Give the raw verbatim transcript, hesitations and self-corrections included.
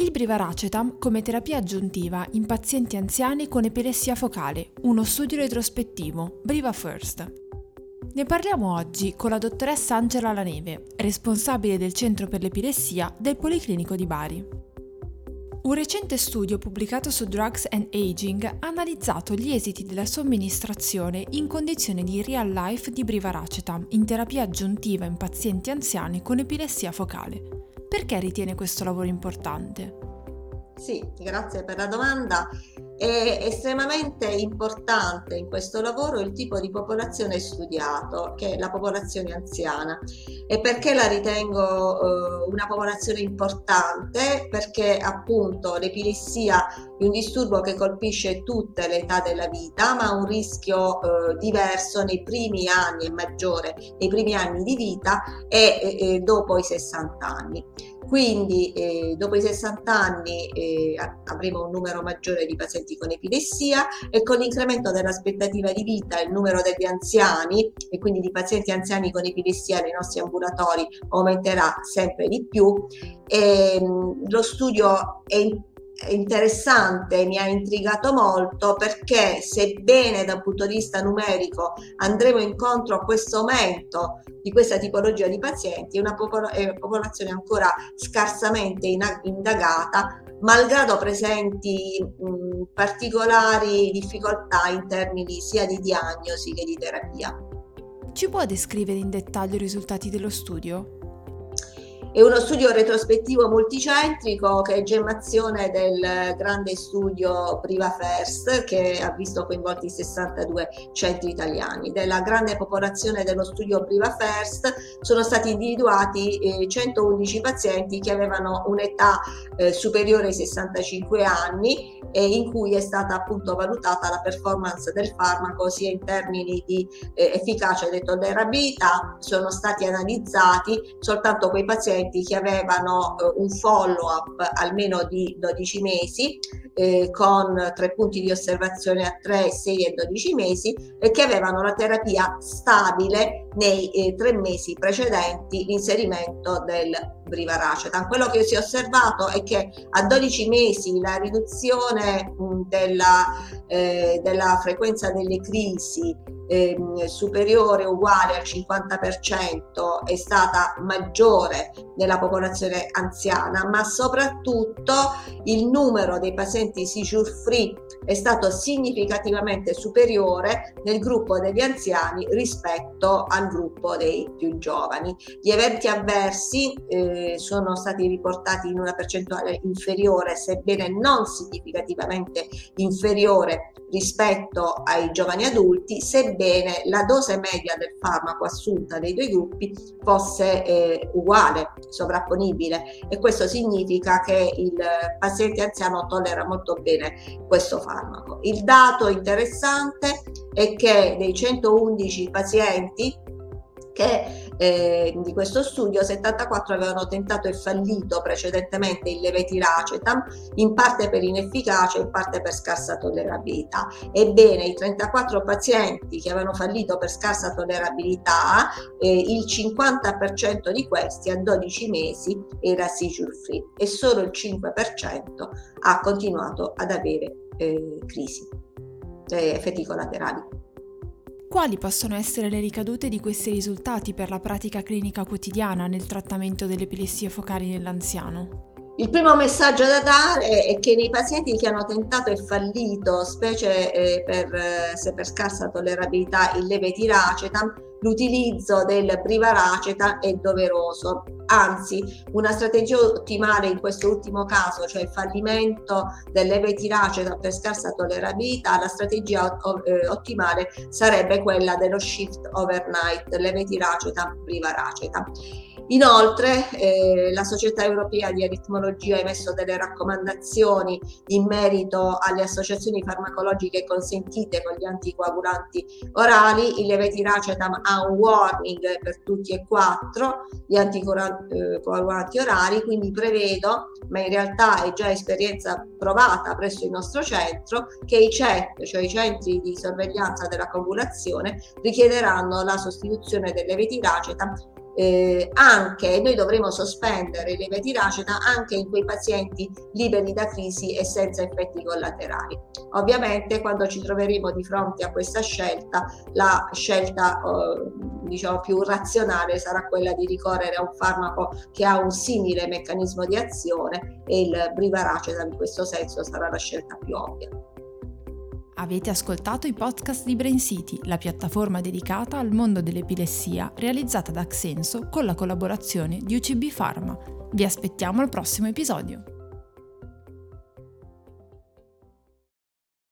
Il brivaracetam come terapia aggiuntiva in pazienti anziani con epilessia focale, uno studio retrospettivo, BrivaFirst. Ne parliamo oggi con la dottoressa Angela Laneve, responsabile del Centro per l'Epilessia del Policlinico di Bari. Un recente studio pubblicato su Drugs and Aging ha analizzato gli esiti della somministrazione in condizioni di real life di brivaracetam in terapia aggiuntiva in pazienti anziani con epilessia focale. Perché ritiene questo lavoro importante? Sì, grazie per la domanda. È estremamente importante in questo lavoro il tipo di popolazione studiato, che è la popolazione anziana. E perché la ritengo eh, una popolazione importante? Perché appunto l'epilessia è un disturbo che colpisce tutte le età della vita, ma ha un rischio eh, diverso nei primi anni, è maggiore nei primi anni di vita e eh, dopo i sessanta anni. Quindi eh, dopo i sessanta anni eh, avremo un numero maggiore di pazienti con epilessia e con l'incremento dell'aspettativa di vita il numero degli anziani e quindi di pazienti anziani con epilessia nei nostri ambulatori aumenterà sempre di più. E, mh, lo studio è interessante, mi ha intrigato molto perché sebbene da un punto di vista numerico andremo incontro a questo aumento di questa tipologia di pazienti, è una popol- è una popolazione ancora scarsamente in- indagata, malgrado presenti mh, particolari difficoltà in termini sia di diagnosi che di terapia. Ci può descrivere in dettaglio i risultati dello studio? È uno studio retrospettivo multicentrico che è gemmazione del grande studio BrivaFirst che ha visto coinvolti sessantadue centri italiani. Della grande popolazione dello studio BrivaFirst sono stati individuati eh, centoundici pazienti che avevano un'età eh, superiore ai sessantacinque anni e in cui è stata appunto valutata la performance del farmaco sia in termini di eh, efficacia e tollerabilità. Sono stati analizzati soltanto quei pazienti che avevano eh, un follow up almeno di dodici mesi eh, con tre punti di osservazione a tre, sei e dodici mesi e che avevano la terapia stabile nei eh, tre mesi precedenti l'inserimento del brivaracetam. Quello che si è osservato è che a dodici mesi la riduzione mh, della, eh, della frequenza delle crisi eh, superiore o uguale al cinquanta per cento è stata maggiore nella popolazione anziana, ma soprattutto il numero dei pazienti seizure free è stato significativamente superiore nel gruppo degli anziani rispetto al gruppo dei più giovani. Gli eventi avversi eh, sono stati riportati in una percentuale inferiore, sebbene non significativamente inferiore rispetto ai giovani adulti, sebbene la dose media del farmaco assunta dei due gruppi fosse eh, uguale, sovrapponibile, e questo significa che il paziente anziano tollera molto bene questo farmaco. Il dato interessante è che dei centoundici pazienti che eh, di questo studio settantaquattro avevano tentato e fallito precedentemente il levetiracetam, in parte per inefficacia, in parte per scarsa tollerabilità. Ebbene, i trentaquattro pazienti che avevano fallito per scarsa tollerabilità, eh, il cinquanta per cento di questi a dodici mesi era seizure free e solo il cinque per cento ha continuato ad avere eh, crisi, eh, effetti collaterali. Quali possono essere le ricadute di questi risultati per la pratica clinica quotidiana nel trattamento delle epilessie focali nell'anziano? Il primo messaggio da dare è che nei pazienti che hanno tentato e fallito, specie eh, per, eh, se per scarsa tollerabilità, il levetiracetam, l'utilizzo del brivaracetam è doveroso. Anzi, una strategia ottimale in questo ultimo caso, cioè il fallimento del levetiracetam per scarsa tollerabilità, la strategia eh, ottimale sarebbe quella dello shift overnight, levetiracetam, brivaracetam. Inoltre eh, la Società Europea di Aritmologia ha emesso delle raccomandazioni in merito alle associazioni farmacologiche consentite con gli anticoagulanti orali. Il levetiracetam ha un warning per tutti e quattro gli anticoagulanti orali, quindi prevedo, ma in realtà è già esperienza provata presso il nostro centro, che i C E T, cioè i centri di sorveglianza della coagulazione, richiederanno la sostituzione del levetiracetam Eh, anche noi dovremo sospendere l'emetiraceta anche in quei pazienti liberi da crisi e senza effetti collaterali. Ovviamente quando ci troveremo di fronte a questa scelta, la scelta eh, diciamo più razionale sarà quella di ricorrere a un farmaco che ha un simile meccanismo di azione, e il Brivaraceta in questo senso sarà la scelta più ovvia. Avete ascoltato i podcast di Brain City, la piattaforma dedicata al mondo dell'epilessia realizzata da Xenso con la collaborazione di U C B Pharma. Vi aspettiamo al prossimo episodio.